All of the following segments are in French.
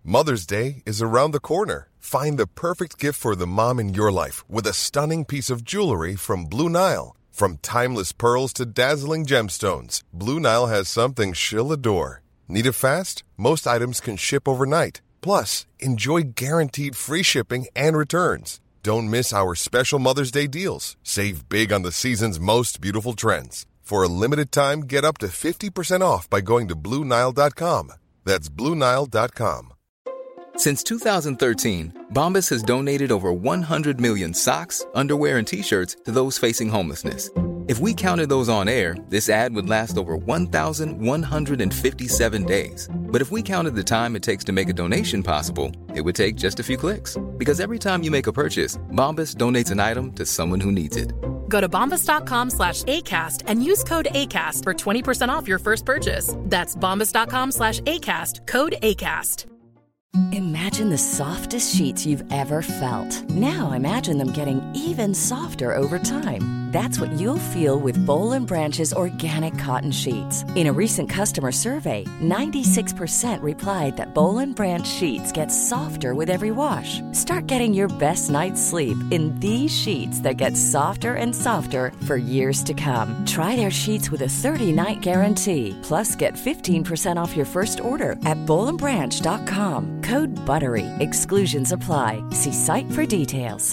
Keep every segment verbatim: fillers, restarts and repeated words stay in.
Mother's Day is around the corner. Find the perfect gift for the mom in your life with a stunning piece of jewelry from Blue Nile. From timeless pearls to dazzling gemstones, Blue Nile has something she'll adore. Need it fast? Most items can ship overnight. Plus, enjoy guaranteed free shipping and returns. Don't miss our special Mother's Day deals. Save big on the season's most beautiful trends. For a limited time, get up to fifty percent off by going to Blue Nile dot com. That's Blue Nile dot com. Since two thousand thirteen, Bombas has donated over one hundred million socks, underwear, and T-shirts to those facing homelessness. If we counted those on air, this ad would last over one thousand one hundred fifty-seven days. But if we counted the time it takes to make a donation possible, it would take just a few clicks. Because every time you make a purchase, Bombas donates an item to someone who needs it. Go to bombas.com slash ACAST and use code ACAST for twenty percent off your first purchase. That's bombas.com slash ACAST, code ACAST. Imagine the softest sheets you've ever felt. Now imagine them getting even softer over time. That's what you'll feel with Boll and Branch's organic cotton sheets. In a recent customer survey, ninety-six percent replied that Boll and Branch sheets get softer with every wash. Start getting your best night's sleep in these sheets that get softer and softer for years to come. Try their sheets with a thirty-night guarantee. Plus, get fifteen percent off your first order at boll and branch dot com. Code BUTTERY. Exclusions apply. See site for details.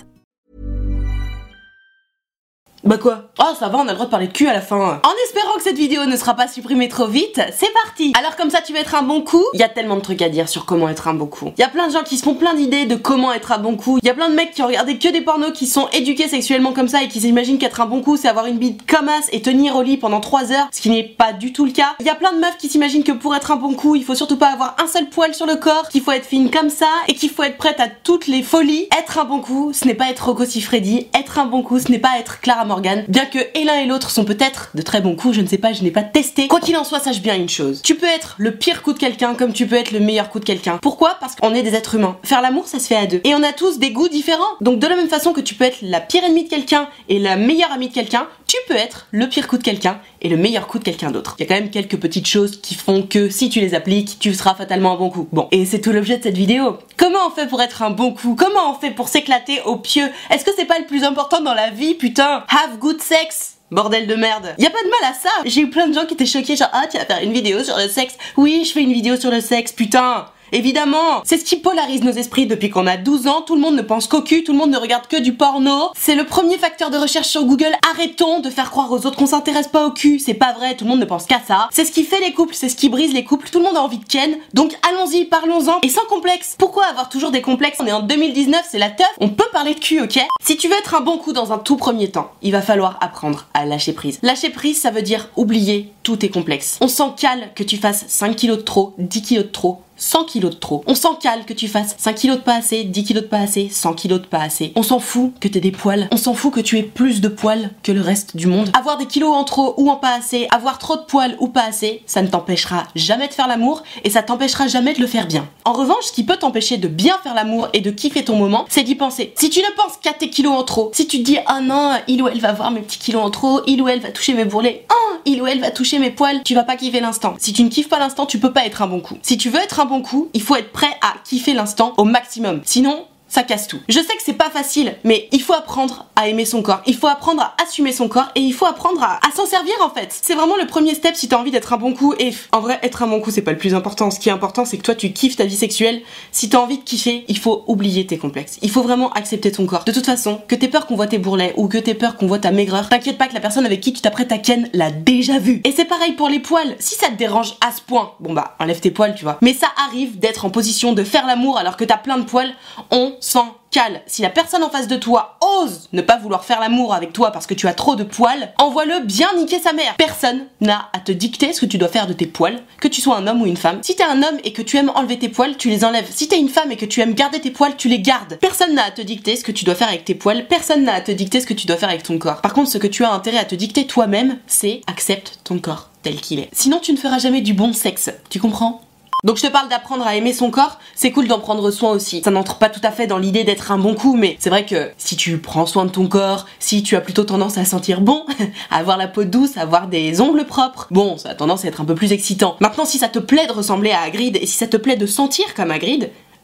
Bah quoi? Oh ça va, on a le droit de parler de cul à la fin. En espérant que cette vidéo ne sera pas supprimée trop vite, c'est parti. Alors comme ça tu vas être un bon coup. Il y a tellement de trucs à dire sur comment être un bon coup. Il y a plein de gens qui se font plein d'idées de comment être un bon coup. Il y a plein de mecs qui ont regardé que des pornos, qui sont éduqués sexuellement comme ça et qui s'imaginent qu'être un bon coup c'est avoir une bite comme as et tenir au lit pendant trois heures, ce qui n'est pas du tout le cas. Il y a plein de meufs qui s'imaginent que pour être un bon coup il faut surtout pas avoir un seul poil sur le corps, qu'il faut être fine comme ça et qu'il faut être prête à toutes les folies. Être un bon coup ce n'est pas être Rocco Siffredi. Être un bon coup ce n'est pas être Clara Morgan. Bien que et l'un et l'autre sont peut-être de très bons coups, je ne sais pas, je n'ai pas testé. Quoi qu'il en soit, sache bien une chose. Tu peux être le pire coup de quelqu'un comme tu peux être le meilleur coup de quelqu'un. Pourquoi? Parce qu'on est des êtres humains. Faire l'amour, ça se fait à deux. Et on a tous des goûts différents. Donc de la même façon que tu peux être la pire ennemie de quelqu'un et la meilleure amie de quelqu'un, tu peux être le pire coup de quelqu'un et le meilleur coup de quelqu'un d'autre. Il y a quand même quelques petites choses qui font que si tu les appliques, tu seras fatalement un bon coup. Bon, et c'est tout l'objet de cette vidéo. Comment on fait pour être un bon coup? Comment on fait pour s'éclater au pieu? Est-ce que c'est pas le plus important dans la vie, putain? Have good sex! Bordel de merde. Y a pas de mal à ça. J'ai eu plein de gens qui étaient choqués, genre ah tu vas faire une vidéo sur le sexe. Oui, je fais une vidéo sur le sexe, putain. Évidemment, c'est ce qui polarise nos esprits depuis qu'on a douze ans, tout le monde ne pense qu'au cul, tout le monde ne regarde que du porno. C'est le premier facteur de recherche sur Google. Arrêtons de faire croire aux autres qu'on s'intéresse pas au cul, c'est pas vrai, tout le monde ne pense qu'à ça. C'est ce qui fait les couples, c'est ce qui brise les couples, tout le monde a envie de ken, donc allons-y, parlons-en, et sans complexe. Pourquoi avoir toujours des complexes? On est en deux mille dix-neuf, c'est la teuf, on peut parler de cul, ok? Si tu veux être un bon coup dans un tout premier temps, il va falloir apprendre à lâcher prise. Lâcher prise, ça veut dire oublier tous tes complexes. On s'en cale que tu fasses cinq kilos de trop, dix kilos de trop, cent kilos de trop. On s'en cale que tu fasses cinq kilos de pas assez, dix kilos de pas assez, cent kilos de pas assez. On s'en fout que t'aies des poils. On s'en fout que tu aies plus de poils que le reste du monde. Avoir des kilos en trop ou en pas assez, avoir trop de poils ou pas assez, ça ne t'empêchera jamais de faire l'amour et ça t'empêchera jamais de le faire bien. En revanche, ce qui peut t'empêcher de bien faire l'amour et de kiffer ton moment, c'est d'y penser. Si tu ne penses qu'à tes kilos en trop, si tu te dis ah non, il ou elle va voir mes petits kilos en trop, il ou elle va toucher mes bourrelets, oh, il ou elle va toucher mes poils, tu vas pas kiffer l'instant. Si tu ne kiffes pas l'instant, tu peux pas être un bon coup. Si tu veux être un bon coup, il faut être prêt à kiffer l'instant au maximum. Sinon, ça casse tout. Je sais que c'est pas facile, mais il faut apprendre à aimer son corps, il faut apprendre à assumer son corps et il faut apprendre à, à s'en servir en fait. C'est vraiment le premier step si t'as envie d'être un bon coup et en vrai, être un bon coup c'est pas le plus important. Ce qui est important c'est que toi tu kiffes ta vie sexuelle. Si t'as envie de kiffer, il faut oublier tes complexes. Il faut vraiment accepter ton corps. De toute façon, que t'aies peur qu'on voit tes bourrelets ou que t'aies peur qu'on voit ta maigreur, t'inquiète pas que la personne avec qui tu t'apprêtes à ken l'a déjà vu. Et c'est pareil pour les poils. Si ça te dérange à ce point, bon bah enlève tes poils tu vois. Mais ça arrive d'être en position de faire l'amour alors que t'as plein de poils, on s'en cale. Si la personne en face de toi ose ne pas vouloir faire l'amour avec toi parce que tu as trop de poils, envoie-le bien niquer sa mère. Personne n'a à te dicter ce que tu dois faire de tes poils, que tu sois un homme ou une femme. Si t'es un homme et que tu aimes enlever tes poils, tu les enlèves. Si t'es une femme et que tu aimes garder tes poils, tu les gardes. Personne n'a à te dicter ce que tu dois faire avec tes poils, personne n'a à te dicter ce que tu dois faire avec ton corps. Par contre, ce que tu as intérêt à te dicter toi-même, c'est accepte ton corps tel qu'il est. Sinon, tu ne feras jamais du bon sexe. Tu comprends ? Donc je te parle d'apprendre à aimer son corps, c'est cool d'en prendre soin aussi. Ça n'entre pas tout à fait dans l'idée d'être un bon coup, mais c'est vrai que si tu prends soin de ton corps, si tu as plutôt tendance à sentir bon, à avoir la peau douce, à avoir des ongles propres, bon, ça a tendance à être un peu plus excitant. Maintenant, si ça te plaît de ressembler à Hagrid et si ça te plaît de sentir comme Hagrid,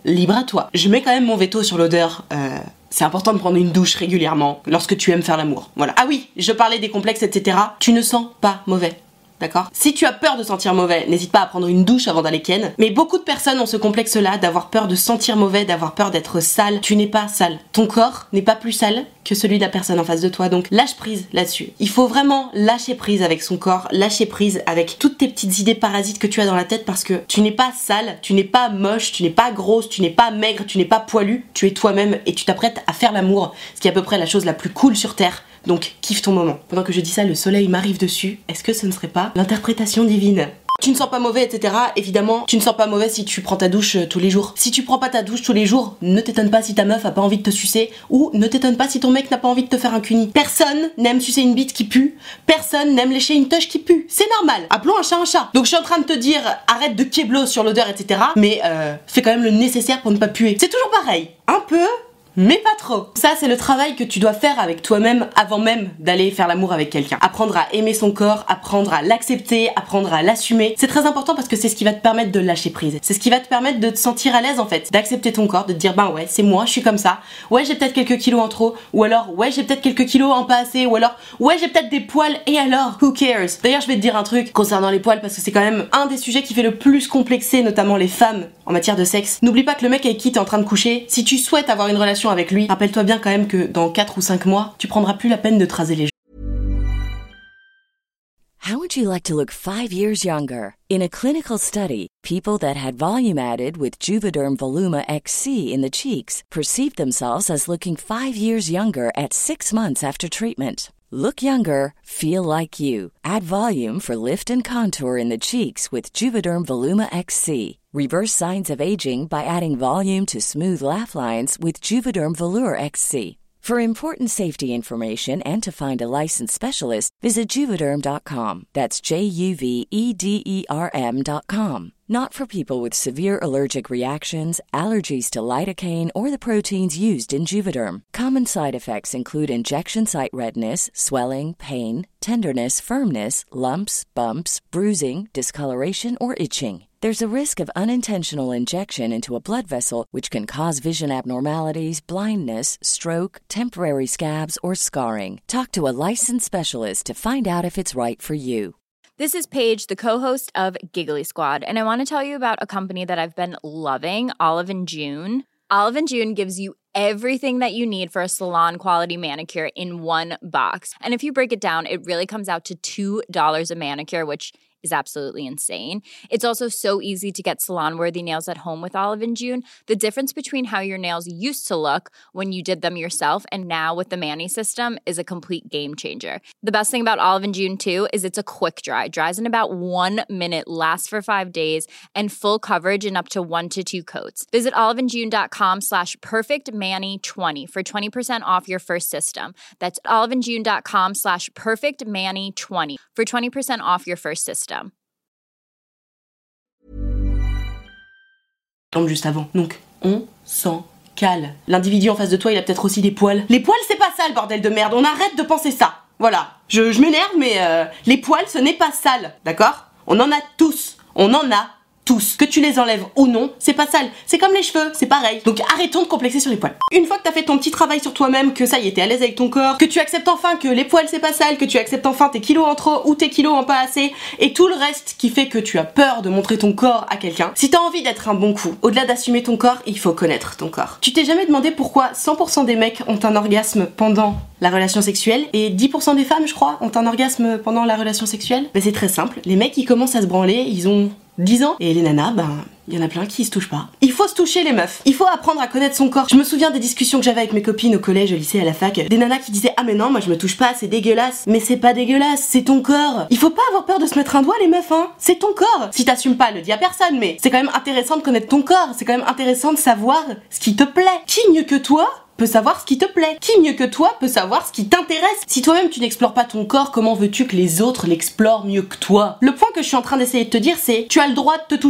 libre à toi. Je mets quand même mon veto sur l'odeur. Euh... C'est important de prendre une douche régulièrement lorsque tu aimes faire l'amour. Voilà. Ah oui, je parlais des complexes, et cetera. Tu ne sens pas mauvais. D'accord ? Si tu as peur de sentir mauvais, n'hésite pas à prendre une douche avant d'aller ken. Mais beaucoup de personnes ont ce complexe-là d'avoir peur de sentir mauvais, d'avoir peur d'être sale. Tu n'es pas sale. Ton corps n'est pas plus sale que celui de la personne en face de toi. Donc lâche prise là-dessus. Il faut vraiment lâcher prise avec son corps, lâcher prise avec toutes tes petites idées parasites que tu as dans la tête parce que tu n'es pas sale, tu n'es pas moche, tu n'es pas grosse, tu n'es pas maigre, tu n'es pas poilu. Tu es toi-même et tu t'apprêtes à faire l'amour, ce qui est à peu près la chose la plus cool sur Terre. Donc, kiffe ton moment. Pendant que je dis ça, le soleil m'arrive dessus. Est-ce que ce ne serait pas l'interprétation divine ? Tu ne sens pas mauvais, et cetera. Évidemment, tu ne sens pas mauvais si tu prends ta douche euh, tous les jours. Si tu prends pas ta douche tous les jours, ne t'étonne pas si ta meuf a pas envie de te sucer, ou ne t'étonne pas si ton mec n'a pas envie de te faire un cuni. Personne n'aime sucer une bite qui pue. Personne n'aime lécher une touche qui pue. C'est normal. Appelons un chat un chat. Donc je suis en train de te dire, arrête de kéblo sur l'odeur, et cetera. Mais euh, fais quand même le nécessaire pour ne pas puer. C'est toujours pareil. Un peu... mais pas trop. Ça, c'est le travail que tu dois faire avec toi-même avant même d'aller faire l'amour avec quelqu'un. Apprendre à aimer son corps, apprendre à l'accepter, apprendre à l'assumer. C'est très important parce que c'est ce qui va te permettre de lâcher prise. C'est ce qui va te permettre de te sentir à l'aise en fait, d'accepter ton corps, de te dire ben ouais, c'est moi, je suis comme ça. Ouais, j'ai peut-être quelques kilos en trop, ou alors ouais, j'ai peut-être quelques kilos en pas assez, ou alors ouais, j'ai peut-être des poils, et alors, who cares? D'ailleurs, je vais te dire un truc concernant les poils parce que c'est quand même un des sujets qui fait le plus complexer notamment les femmes en matière de sexe. N'oublie pas que le mec avec qui t'es en train de coucher, si tu souhaites avoir une relation avec lui, rappelle-toi bien quand même que dans quatre ou cinq mois, tu prendras plus la peine de te raser les jambes. How would you like to look five years younger? In a clinical study, people that had volume added with Juvederm Voluma X C in the cheeks perceived themselves as looking five years younger at six months after treatment. Look younger, feel like you. Add volume for lift and contour in the cheeks with Juvederm Voluma X C. Reverse signs of aging by adding volume to smooth laugh lines with Juvederm Volure X C. For important safety information and to find a licensed specialist, visit Juvederm dot com. That's J U V E D E R M dot com. Not for people with severe allergic reactions, allergies to lidocaine, or the proteins used in Juvederm. Common side effects include injection site redness, swelling, pain, tenderness, firmness, lumps, bumps, bruising, discoloration, or itching. There's a risk of unintentional injection into a blood vessel, which can cause vision abnormalities, blindness, stroke, temporary scabs, or scarring. Talk to a licensed specialist to find out if it's right for you. This is Paige, the co-host of Giggly Squad, and I want to tell you about a company that I've been loving, Olive and June. Olive and June gives you everything that you need for a salon-quality manicure in one box. And if you break it down, it really comes out to two dollars a manicure, which is absolutely insane. It's also so easy to get salon-worthy nails at home with Olive and June. The difference between how your nails used to look when you did them yourself and now with the Mani system is a complete game changer. The best thing about Olive and June, too, is it's a quick dry. Dries in about one minute, lasts for five days, and full coverage in up to one to two coats. Visit oliveandjune.com slash perfectmani20 for twenty percent off your first system. That's oliveandjune.com slash perfectmani20 for twenty percent off your first system. Juste avant. Donc, on s'en cale. L'individu en face de toi, il a peut-être aussi des poils. Les poils, c'est pas sale, bordel de merde. On arrête de penser ça. Voilà. Je, je m'énerve, mais euh, les poils, ce n'est pas sale. D'accord ? On en a tous. On en a tous. Que tu les enlèves ou non, c'est pas sale. C'est comme les cheveux, c'est pareil. Donc arrêtons de complexer sur les poils. Une fois que t'as fait ton petit travail sur toi-même, que ça y est, t'es à l'aise avec ton corps, que tu acceptes enfin que les poils c'est pas sale, que tu acceptes enfin tes kilos en trop ou tes kilos en pas assez, et tout le reste qui fait que tu as peur de montrer ton corps à quelqu'un, si t'as envie d'être un bon coup, au-delà d'assumer ton corps, il faut connaître ton corps. Tu t'es jamais demandé pourquoi cent pour cent des mecs ont un orgasme pendant la relation sexuelle et dix pour cent des femmes, je crois, ont un orgasme pendant la relation sexuelle? Ben c'est très simple. Les mecs, ils commencent à se branler, ils ont dix ans, et les nanas, ben, il y en a plein qui se touchent pas. Il faut se toucher, les meufs. Il faut apprendre à connaître son corps. Je me souviens des discussions que j'avais avec mes copines au collège, au lycée, à la fac. Des nanas qui disaient, ah mais non, moi je me touche pas, c'est dégueulasse. Mais c'est pas dégueulasse, c'est ton corps. Il faut pas avoir peur de se mettre un doigt, les meufs, hein. C'est ton corps. Si t'assumes pas, le dis à personne, mais c'est quand même intéressant de connaître ton corps. C'est quand même intéressant de savoir ce qui te plaît. Qui mieux que toi peut savoir ce qui te plaît? Qui mieux que toi peut savoir ce qui t'intéresse? Si toi-même tu n'explores pas ton corps, comment veux-tu que les autres l'explorent mieux que toi? Le point que je suis en train d'essayer de te dire, c'est tu as le droit de te toucher.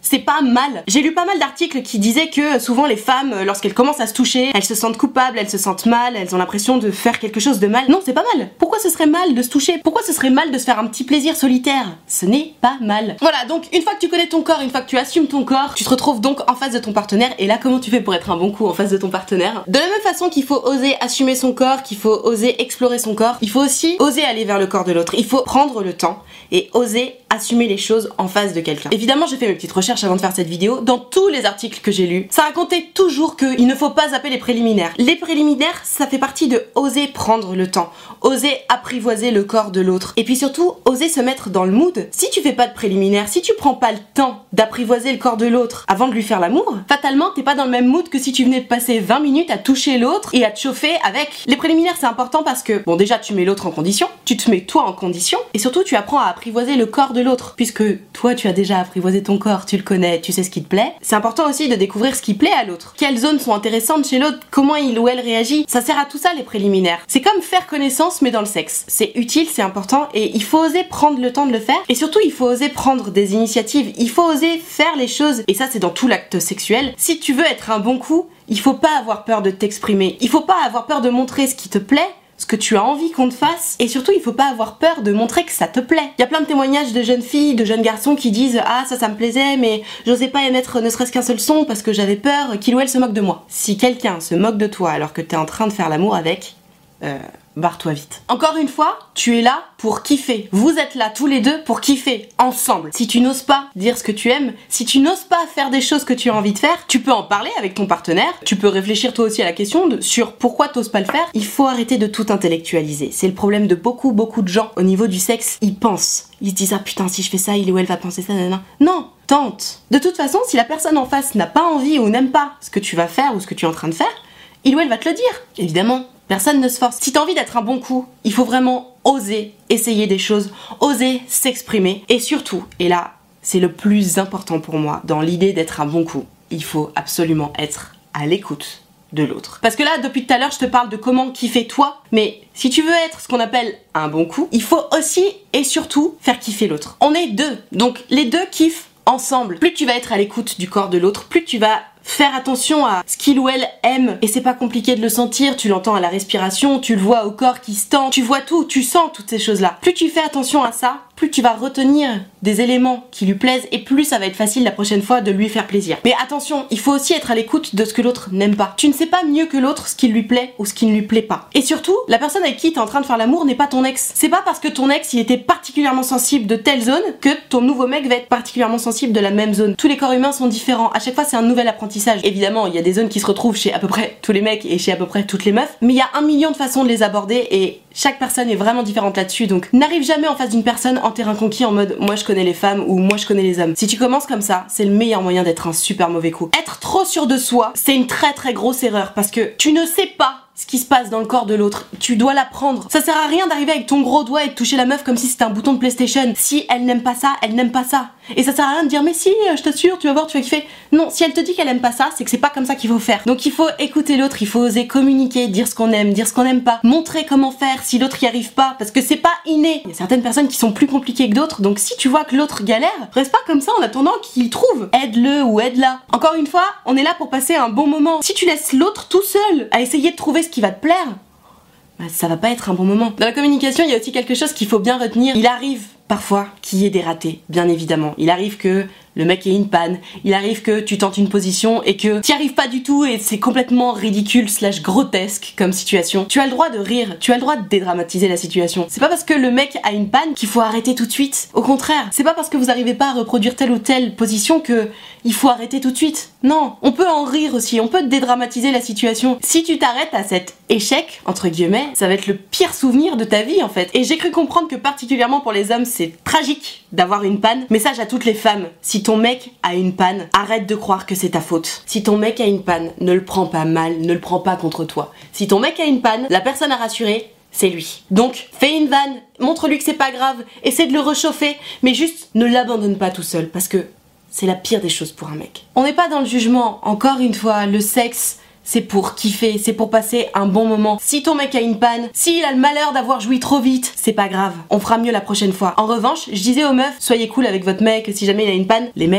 c'est pas mal. J'ai lu pas mal d'articles qui disaient que souvent les femmes, lorsqu'elles commencent à se toucher, elles se sentent coupables, elles se sentent mal, elles ont l'impression de faire quelque chose de mal. Non, c'est pas mal. Pourquoi ce serait mal de se toucher? Pourquoi ce serait mal de se faire un petit plaisir solitaire? Ce n'est pas mal. Voilà, donc une fois que tu connais ton corps, une fois que tu assumes ton corps, tu te retrouves donc en face de ton partenaire, et là comment tu fais pour être un bon coup en face de ton partenaire? De la même façon qu'il faut oser assumer son corps, qu'il faut oser explorer son corps, il faut aussi oser aller vers le corps de l'autre. Il faut prendre le temps et oser assumer les choses en face de quelqu'un. Évidemment, j'ai fait mes petites recherches avant de faire cette vidéo. Dans tous les articles que j'ai lus, ça racontait toujours qu'il ne faut pas zapper les préliminaires. Les préliminaires, ça fait partie de oser prendre le temps, oser apprivoiser le corps de l'autre, et puis surtout oser se mettre dans le mood. Si tu fais pas de préliminaires, si tu prends pas le temps d'apprivoiser le corps de l'autre avant de lui faire l'amour, fatalement t'es pas dans le même mood que si tu venais de passer vingt minutes à toucher l'autre et à te chauffer avec. Les préliminaires, c'est important parce que, bon, déjà tu mets l'autre en condition, tu te mets toi en condition, et surtout tu apprends à apprivoiser le corps de l'autre, puisque toi tu as déjà apprivoisé ton corps, tu le connais, tu sais ce qui te plaît. C'est important aussi de découvrir ce qui plaît à l'autre, quelles zones sont intéressantes chez l'autre, comment il ou elle réagit. Ça sert à tout ça, les préliminaires. C'est comme faire connaissance mais dans le sexe. C'est utile, c'est important, et il faut oser prendre le temps de le faire, et surtout il faut oser prendre des initiatives, il faut oser faire les choses, et ça c'est dans tout l'acte sexuel. Si tu veux être un bon coup, il faut pas avoir peur de t'exprimer, il faut pas avoir peur de montrer ce qui te plaît, ce que tu as envie qu'on te fasse, et surtout il faut pas avoir peur de montrer que ça te plaît. Il y a plein de témoignages de jeunes filles, de jeunes garçons qui disent ah ça ça me plaisait mais j'osais pas émettre ne serait-ce qu'un seul son parce que j'avais peur qu'il ou elle se moque de moi. Si quelqu'un se moque de toi alors que t'es en train de faire l'amour avec, euh... barre-toi vite. Encore une fois, tu es là pour kiffer. Vous êtes là tous les deux pour kiffer, ensemble. Si tu n'oses pas dire ce que tu aimes, si tu n'oses pas faire des choses que tu as envie de faire, tu peux en parler avec ton partenaire, tu peux réfléchir toi aussi à la question de, sur pourquoi t'oses pas le faire. Il faut arrêter de tout intellectualiser. C'est le problème de beaucoup, beaucoup de gens au niveau du sexe. Ils pensent. Ils se disent ah putain si je fais ça, il ou elle va penser ça, nanana. Non, tente. De toute façon, si la personne en face n'a pas envie ou n'aime pas ce que tu vas faire ou ce que tu es en train de faire, il ou elle va te le dire. Évidemment. Personne ne se force. Si t'as envie d'être un bon coup, il faut vraiment oser essayer des choses, oser s'exprimer, et surtout, et là, c'est le plus important pour moi dans l'idée d'être un bon coup, il faut absolument être à l'écoute de l'autre. Parce que là, depuis tout à l'heure, je te parle de comment kiffer toi, mais si tu veux être ce qu'on appelle un bon coup, il faut aussi et surtout faire kiffer l'autre. On est deux, donc les deux kiffent ensemble. Plus tu vas être à l'écoute du corps de l'autre, plus tu vas faire attention à ce qu'il ou elle aime, et c'est pas compliqué de le sentir, tu l'entends à la respiration, tu le vois au corps qui se tend, tu vois tout, tu sens toutes ces choses-là. Plus tu fais attention à ça, plus tu vas retenir des éléments qui lui plaisent, et plus ça va être facile la prochaine fois de lui faire plaisir. Mais attention, il faut aussi être à l'écoute de ce que l'autre n'aime pas. Tu ne sais pas mieux que l'autre ce qui lui plaît ou ce qui ne lui plaît pas. Et surtout, la personne avec qui t'es en train de faire l'amour n'est pas ton ex. C'est pas parce que ton ex il était particulièrement sensible de telle zone que ton nouveau mec va être particulièrement sensible de la même zone. Tous les corps humains sont différents, à chaque fois c'est un nouvel apprentissage. Évidemment, il y a des zones qui se retrouvent chez à peu près tous les mecs et chez à peu près toutes les meufs, mais il y a un million de façons de les aborder et chaque personne est vraiment différente là-dessus, donc n'arrive jamais en face d'une personne en terrain conquis en mode moi je connais les femmes ou moi je connais les hommes. Si tu commences comme ça, c'est le meilleur moyen d'être un super mauvais coup. Être trop sûr de soi, c'est une très très grosse erreur parce que tu ne sais pas ce qui se passe dans le corps de l'autre, tu dois l'apprendre. Ça sert à rien d'arriver avec ton gros doigt et de toucher la meuf comme si c'était un bouton de PlayStation. Si elle n'aime pas ça, elle n'aime pas ça. Et ça sert à rien de dire mais si, je t'assure, tu vas voir, tu vas kiffer. Non, si elle te dit qu'elle aime pas ça, c'est que c'est pas comme ça qu'il faut faire. Donc il faut écouter l'autre, il faut oser communiquer, dire ce qu'on aime, dire ce qu'on n'aime pas, montrer comment faire si l'autre y arrive pas, parce que c'est pas inné. Il y a certaines personnes qui sont plus compliquées que d'autres, donc si tu vois que l'autre galère, reste pas comme ça en attendant qu'il trouve. Aide-le ou aide-la. Encore une fois, on est là pour passer un bon moment. Si tu laisses l'autre tout seul à essayer de trouver ce qui va te plaire, bah, ça va pas être un bon moment. Dans la communication, il y a aussi quelque chose qu'il faut bien retenir. Il arrive parfois qu'il y ait des ratés, bien évidemment. Il arrive que le mec ait une panne, il arrive que tu tentes une position et que t'y arrives pas du tout et c'est complètement ridicule slash grotesque comme situation. Tu as le droit de rire, tu as le droit de dédramatiser la situation. C'est pas parce que le mec a une panne qu'il faut arrêter tout de suite. Au contraire, c'est pas parce que vous arrivez pas à reproduire telle ou telle position que il faut arrêter tout de suite. Non, on peut en rire aussi, on peut dédramatiser la situation. Si tu t'arrêtes à cet échec, entre guillemets, ça va être le pire souvenir de ta vie en fait. Et j'ai cru comprendre que particulièrement pour les hommes, c'est tragique d'avoir une panne. Message à toutes les femmes, si ton mec a une panne, arrête de croire que c'est ta faute. Si ton mec a une panne, ne le prends pas mal, ne le prends pas contre toi. Si ton mec a une panne, la personne à rassurer, c'est lui. Donc, fais une vanne, montre-lui que c'est pas grave, essaie de le réchauffer, mais juste ne l'abandonne pas tout seul, parce que c'est la pire des choses pour un mec. On n'est pas dans le jugement, encore une fois, le sexe, c'est pour kiffer, c'est pour passer un bon moment. Si ton mec a une panne, s'il a le malheur d'avoir joui trop vite, c'est pas grave, on fera mieux la prochaine fois. En revanche, je disais aux meufs, soyez cool avec votre mec, si jamais il a une panne, les mecs,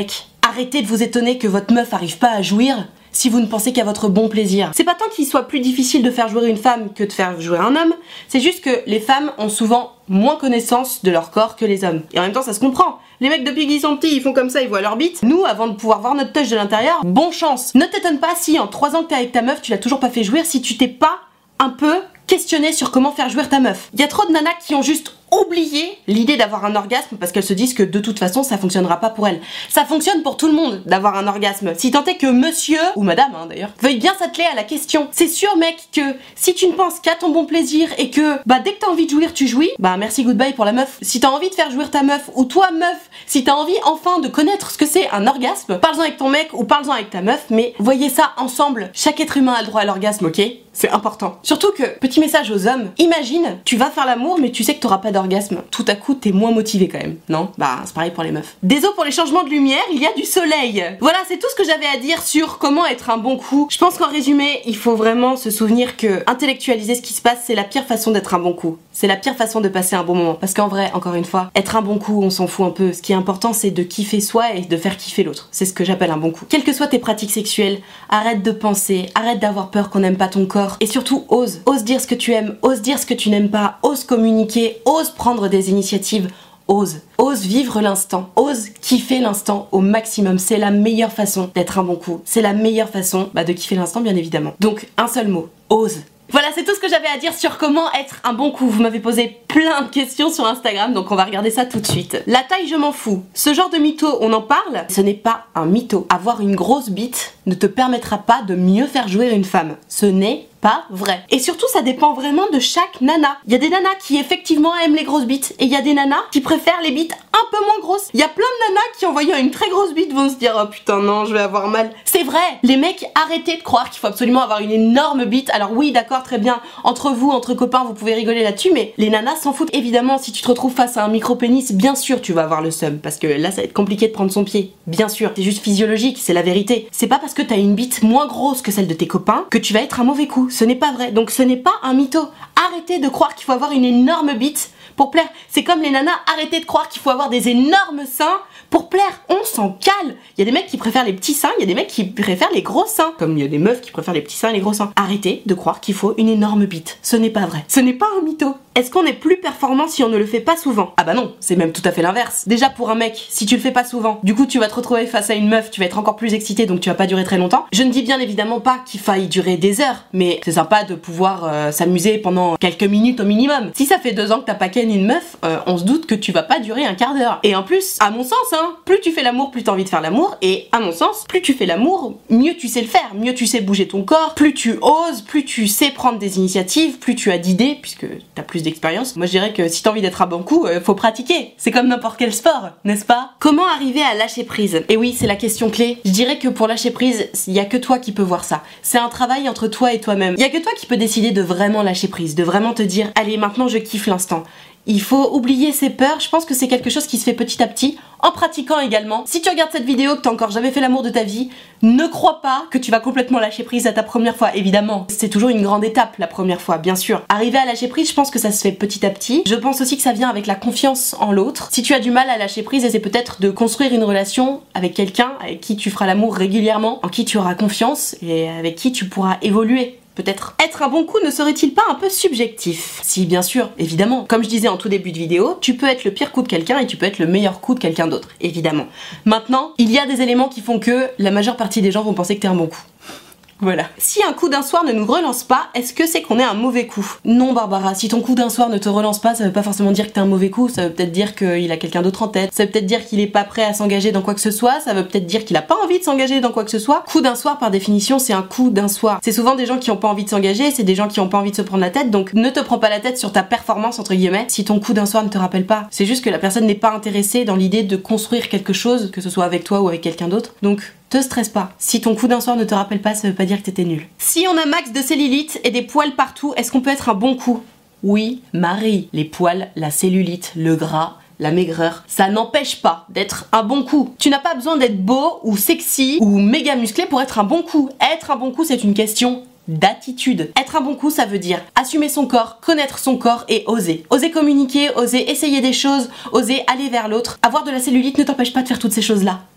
Arrêtez de vous étonner que votre meuf arrive pas à jouir si vous ne pensez qu'à votre bon plaisir. C'est pas tant qu'il soit plus difficile de faire jouer une femme que de faire jouer un homme, c'est juste que les femmes ont souvent moins connaissance de leur corps que les hommes. Et en même temps, ça se comprend. Les mecs depuis qu'ils sont petits, ils font comme ça, ils voient leur bite. Nous, avant de pouvoir voir notre touch de l'intérieur, bon chance. Ne t'étonne pas si en trois ans que t'es avec ta meuf, tu l'as toujours pas fait jouir, si tu t'es pas un peu questionné sur comment faire jouir ta meuf. Il y a trop de nanas qui ont juste oublié l'idée d'avoir un orgasme parce qu'elles se disent que de toute façon ça fonctionnera pas pour elles. Ça fonctionne pour tout le monde d'avoir un orgasme. Si tant est que monsieur, ou madame hein, d'ailleurs, veuille bien s'atteler à la question. C'est sûr mec que si tu ne penses qu'à ton bon plaisir et que bah dès que t'as envie de jouir tu jouis, bah merci goodbye pour la meuf. Si t'as envie de faire jouir ta meuf ou toi meuf, si t'as envie enfin de connaître ce que c'est un orgasme, parle-en avec ton mec ou parle-en avec ta meuf, mais voyez ça ensemble. Chaque être humain a le droit à l'orgasme, ok? C'est important. Surtout que, petit message aux hommes, imagine, tu vas faire l'amour mais tu sais que t'auras pas d'orgasme. Tout à coup, t'es moins motivé quand même, non? Bah, c'est pareil pour les meufs. Désolé pour les changements de lumière, il y a du soleil. Voilà, c'est tout ce que j'avais à dire sur comment être un bon coup. Je pense qu'en résumé, il faut vraiment se souvenir que intellectualiser ce qui se passe, c'est la pire façon d'être un bon coup. C'est la pire façon de passer un bon moment. Parce qu'en vrai, encore une fois, être un bon coup, on s'en fout un peu. Ce qui est important, c'est de kiffer soi et de faire kiffer l'autre. C'est ce que j'appelle un bon coup. Quelles que soient tes pratiques sexuelles, arrête de penser, arrête d'avoir peur qu'on n'aime pas ton corps et surtout ose. Ose dire ce que tu aimes, ose dire ce que tu n'aimes pas, ose communiquer, ose prendre des initiatives, ose. Ose vivre l'instant, ose kiffer l'instant au maximum. C'est la meilleure façon d'être un bon coup. C'est la meilleure façon bah, de kiffer l'instant, bien évidemment. Donc, un seul mot, ose. Voilà, c'est tout ce que j'avais à dire sur comment être un bon coup. Vous m'avez posé plein de questions sur Instagram, donc on va regarder ça tout de suite. La taille, je m'en fous. Ce genre de mytho, on en parle. Ce n'est pas un mytho. Avoir une grosse bite ne te permettra pas de mieux faire jouer une femme. Ce n'est pas vrai. Et surtout, ça dépend vraiment de chaque nana. Il y a des nanas qui effectivement aiment les grosses bites et il y a des nanas qui préfèrent les bites un peu moins grosses. Il y a plein de nanas qui en voyant une très grosse bite vont se dire oh putain non, je vais avoir mal. C'est vrai. Les mecs, arrêtez de croire qu'il faut absolument avoir une énorme bite. Alors oui, d'accord, très bien. Entre vous, entre copains, vous pouvez rigoler là-dessus, mais les nanas s'en foutent. Évidemment, si tu te retrouves face à un micro-pénis, bien sûr tu vas avoir le seum parce que là, ça va être compliqué de prendre son pied. Bien sûr, c'est juste physiologique, c'est la vérité. C'est pas parce que t'as une bite moins grosse que celle de tes copains que tu vas être un mauvais coup. Ce n'est pas vrai. Donc ce n'est pas un mytho. Arrêtez de croire qu'il faut avoir une énorme bite pour plaire. C'est comme les nanas, arrêtez de croire qu'il faut avoir des énormes seins pour plaire. On s'en cale. Il y a des mecs qui préfèrent les petits seins, il y a des mecs qui préfèrent les gros seins. Comme il y a des meufs qui préfèrent les petits seins et les gros seins. Arrêtez de croire qu'il faut une énorme bite. Ce n'est pas vrai. Ce n'est pas un mytho. Est-ce qu'on est plus performant si on ne le fait pas souvent? Ah bah non, c'est même tout à fait l'inverse. Déjà pour un mec, si tu le fais pas souvent, du coup tu vas te retrouver face à une meuf, tu vas être encore plus excité donc tu vas pas durer très longtemps. Je ne dis bien évidemment pas qu'il faille durer des heures, mais c'est sympa de pouvoir euh, s'amuser pendant quelques minutes au minimum. Si ça fait deux ans que t'as pas ken une meuf, euh, on se doute que tu vas pas durer un quart d'heure. Et en plus, à mon sens, hein, plus tu fais l'amour, plus t'as envie de faire l'amour, et à mon sens, plus tu fais l'amour, mieux tu sais le faire, mieux tu sais bouger ton corps, plus tu oses, plus tu sais prendre des initiatives, plus tu as d'idées, puisque t'as plus d'expérience. Moi je dirais que si t'as envie d'être un bon coup, euh, faut pratiquer. C'est comme n'importe quel sport, n'est-ce pas? Comment arriver à lâcher prise? Et oui, c'est la question clé. Je dirais que pour lâcher prise, il y a que toi qui peux voir ça. C'est un travail entre toi et toi-même. Il y a que toi qui peux décider de vraiment lâcher prise, de vraiment te dire allez, maintenant je kiffe l'instant. Il faut oublier ses peurs, je pense que c'est quelque chose qui se fait petit à petit, en pratiquant également. Si tu regardes cette vidéo, que t'as encore jamais fait l'amour de ta vie, ne crois pas que tu vas complètement lâcher prise à ta première fois, évidemment. C'est toujours une grande étape, la première fois, bien sûr. Arriver à lâcher prise, je pense que ça se fait petit à petit. Je pense aussi que ça vient avec la confiance en l'autre. Si tu as du mal à lâcher prise, c'est peut-être de construire une relation avec quelqu'un avec qui tu feras l'amour régulièrement, en qui tu auras confiance et avec qui tu pourras évoluer. Peut-être. Être un bon coup ne serait-il pas un peu subjectif? Si, bien sûr, évidemment. Comme je disais en tout début de vidéo, tu peux être le pire coup de quelqu'un et tu peux être le meilleur coup de quelqu'un d'autre, évidemment. Maintenant, il y a des éléments qui font que la majeure partie des gens vont penser que t'es un bon coup. Voilà. Si un coup d'un soir ne nous relance pas, est-ce que c'est qu'on est un mauvais coup? Non Barbara, si ton coup d'un soir ne te relance pas, ça veut pas forcément dire que t'es un mauvais coup, ça veut peut-être dire qu'il a quelqu'un d'autre en tête, ça veut peut-être dire qu'il est pas prêt à s'engager dans quoi que ce soit, ça veut peut-être dire qu'il a pas envie de s'engager dans quoi que ce soit. Coup d'un soir, par définition, c'est un coup d'un soir. C'est souvent des gens qui ont pas envie de s'engager, c'est des gens qui ont pas envie de se prendre la tête, donc ne te prends pas la tête sur ta performance entre guillemets si ton coup d'un soir ne te rappelle pas. C'est juste que la personne n'est pas intéressée dans l'idée de construire quelque chose, que ce soit avec toi ou avec quelqu'un d'autre. Donc te stresse pas. Si ton coup d'un soir ne te rappelle pas, ça veut pas dire que t'étais nul. Si on a max de cellulite et des poils partout, est-ce qu'on peut être un bon coup? Oui, Marie. Les poils, la cellulite, le gras, la maigreur, ça n'empêche pas d'être un bon coup. Tu n'as pas besoin d'être beau ou sexy ou méga musclé pour être un bon coup. Être un bon coup, c'est une question d'attitude. Être un bon coup, ça veut dire assumer son corps, connaître son corps et oser. Oser communiquer, oser essayer des choses, oser aller vers l'autre. Avoir de la cellulite ne t'empêche pas de faire toutes ces choses-là.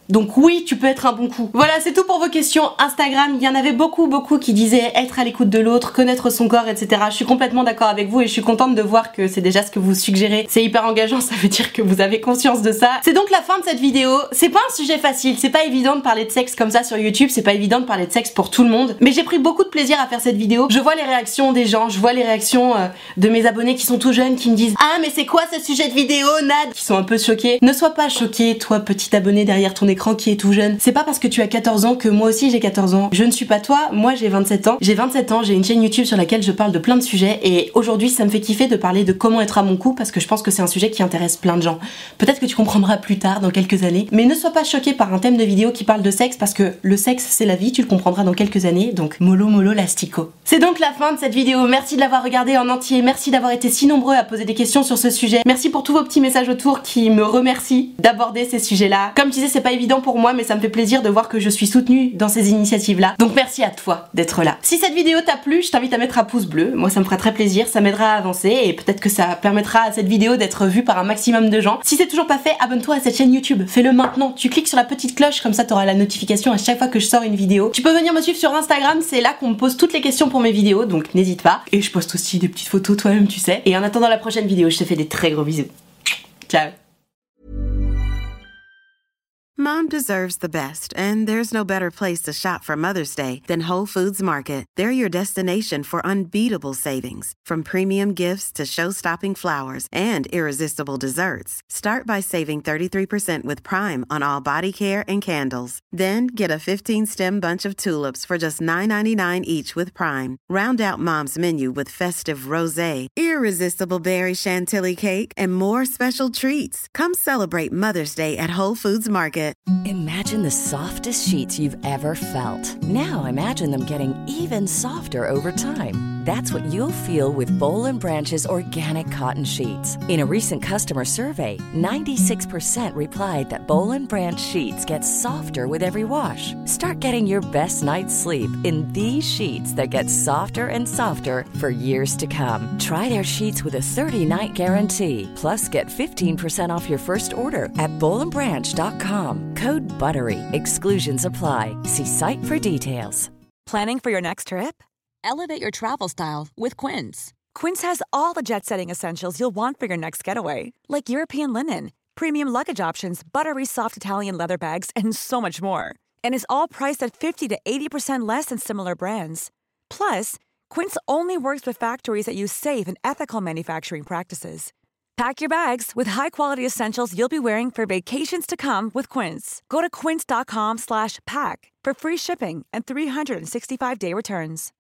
Donc oui, tu peux être un bon coup. Voilà, c'est tout pour vos questions Instagram. Il y en avait beaucoup, beaucoup qui disaient être à l'écoute de l'autre, connaître son corps, et cetera. Je suis complètement d'accord avec vous et je suis contente de voir que c'est déjà ce que vous suggérez. C'est hyper engageant, ça veut dire que vous avez conscience de ça. C'est donc la fin de cette vidéo. C'est pas un sujet facile, c'est pas évident de parler de sexe comme ça sur YouTube, c'est pas évident de parler de sexe pour tout le monde. Mais j'ai pris beaucoup de plaisir à faire cette vidéo. Je vois les réactions des gens, je vois les réactions euh, de mes abonnés qui sont tout jeunes, qui me disent « Ah mais c'est quoi ce sujet de vidéo, Nad ?» Qui sont un peu choqués. Ne sois pas choqué, toi petit abonné derrière ton écran qui est tout jeune. C'est pas parce que tu as quatorze ans que moi aussi j'ai quatorze ans. Je ne suis pas toi, moi j'ai vingt-sept ans. J'ai vingt-sept ans, j'ai une chaîne YouTube sur laquelle je parle de plein de sujets et aujourd'hui ça me fait kiffer de parler de comment être à mon cou parce que je pense que c'est un sujet qui intéresse plein de gens. Peut-être que tu comprendras plus tard, dans quelques années. Mais ne sois pas choqué par un thème de vidéo qui parle de sexe parce que le sexe c'est la vie, tu le comprendras dans quelques années. Donc mollo mollo lastico. C'est donc la fin de cette vidéo. Merci de l'avoir regardée en entier. Merci d'avoir été si nombreux à poser des questions sur ce sujet. Merci pour tous vos petits messages autour qui me remercient d'aborder ces sujets-là. Comme je disais, c'est pas évident pour moi, mais ça me fait plaisir de voir que je suis soutenue dans ces initiatives-là. Donc merci à toi d'être là. Si cette vidéo t'a plu, je t'invite à mettre un pouce bleu. Moi, ça me fera très plaisir, ça m'aidera à avancer et peut-être que ça permettra à cette vidéo d'être vue par un maximum de gens. Si c'est toujours pas fait, abonne-toi à cette chaîne YouTube. Fais-le maintenant. Tu cliques sur la petite cloche, comme ça t'auras la notification à chaque fois que je sors une vidéo. Tu peux venir me suivre sur Instagram, c'est là qu'on me pose toutes les questions pour mes vidéos, donc n'hésite pas. Et je poste aussi des petites photos toi-même, tu sais. Et en attendant la prochaine vidéo, je te fais des très gros bisous. Ciao. Mom deserves the best, and there's no better place to shop for Mother's Day than Whole Foods Market. They're your destination for unbeatable savings, from premium gifts to show-stopping flowers and irresistible desserts. Start by saving thirty-three percent with Prime on all body care and candles. Then get a fifteen-stem bunch of tulips for just nine ninety-nine each with Prime. Round out Mom's menu with festive rosé, irresistible berry chantilly cake, and more special treats. Come celebrate Mother's Day at Whole Foods Market. Imagine the softest sheets you've ever felt. Now imagine them getting even softer over time. That's what you'll feel with Boll and Branch's organic cotton sheets. In a recent customer survey, ninety-six percent replied that Boll and Branch sheets get softer with every wash. Start getting your best night's sleep in these sheets that get softer and softer for years to come. Try their sheets with a thirty-night guarantee. Plus, get fifteen percent off your first order at boll and branch dot com. Code BUTTERY. Exclusions apply. See site for details. Planning for your next trip? Elevate your travel style with Quince. Quince has all the jet-setting essentials you'll want for your next getaway, like European linen, premium luggage options, buttery soft Italian leather bags, and so much more. And is all priced at fifty to eighty percent less than similar brands. Plus, Quince only works with factories that use safe and ethical manufacturing practices. Pack your bags with high-quality essentials you'll be wearing for vacations to come with Quince. Go to quince dot com slash pack for free shipping and three sixty-five day returns.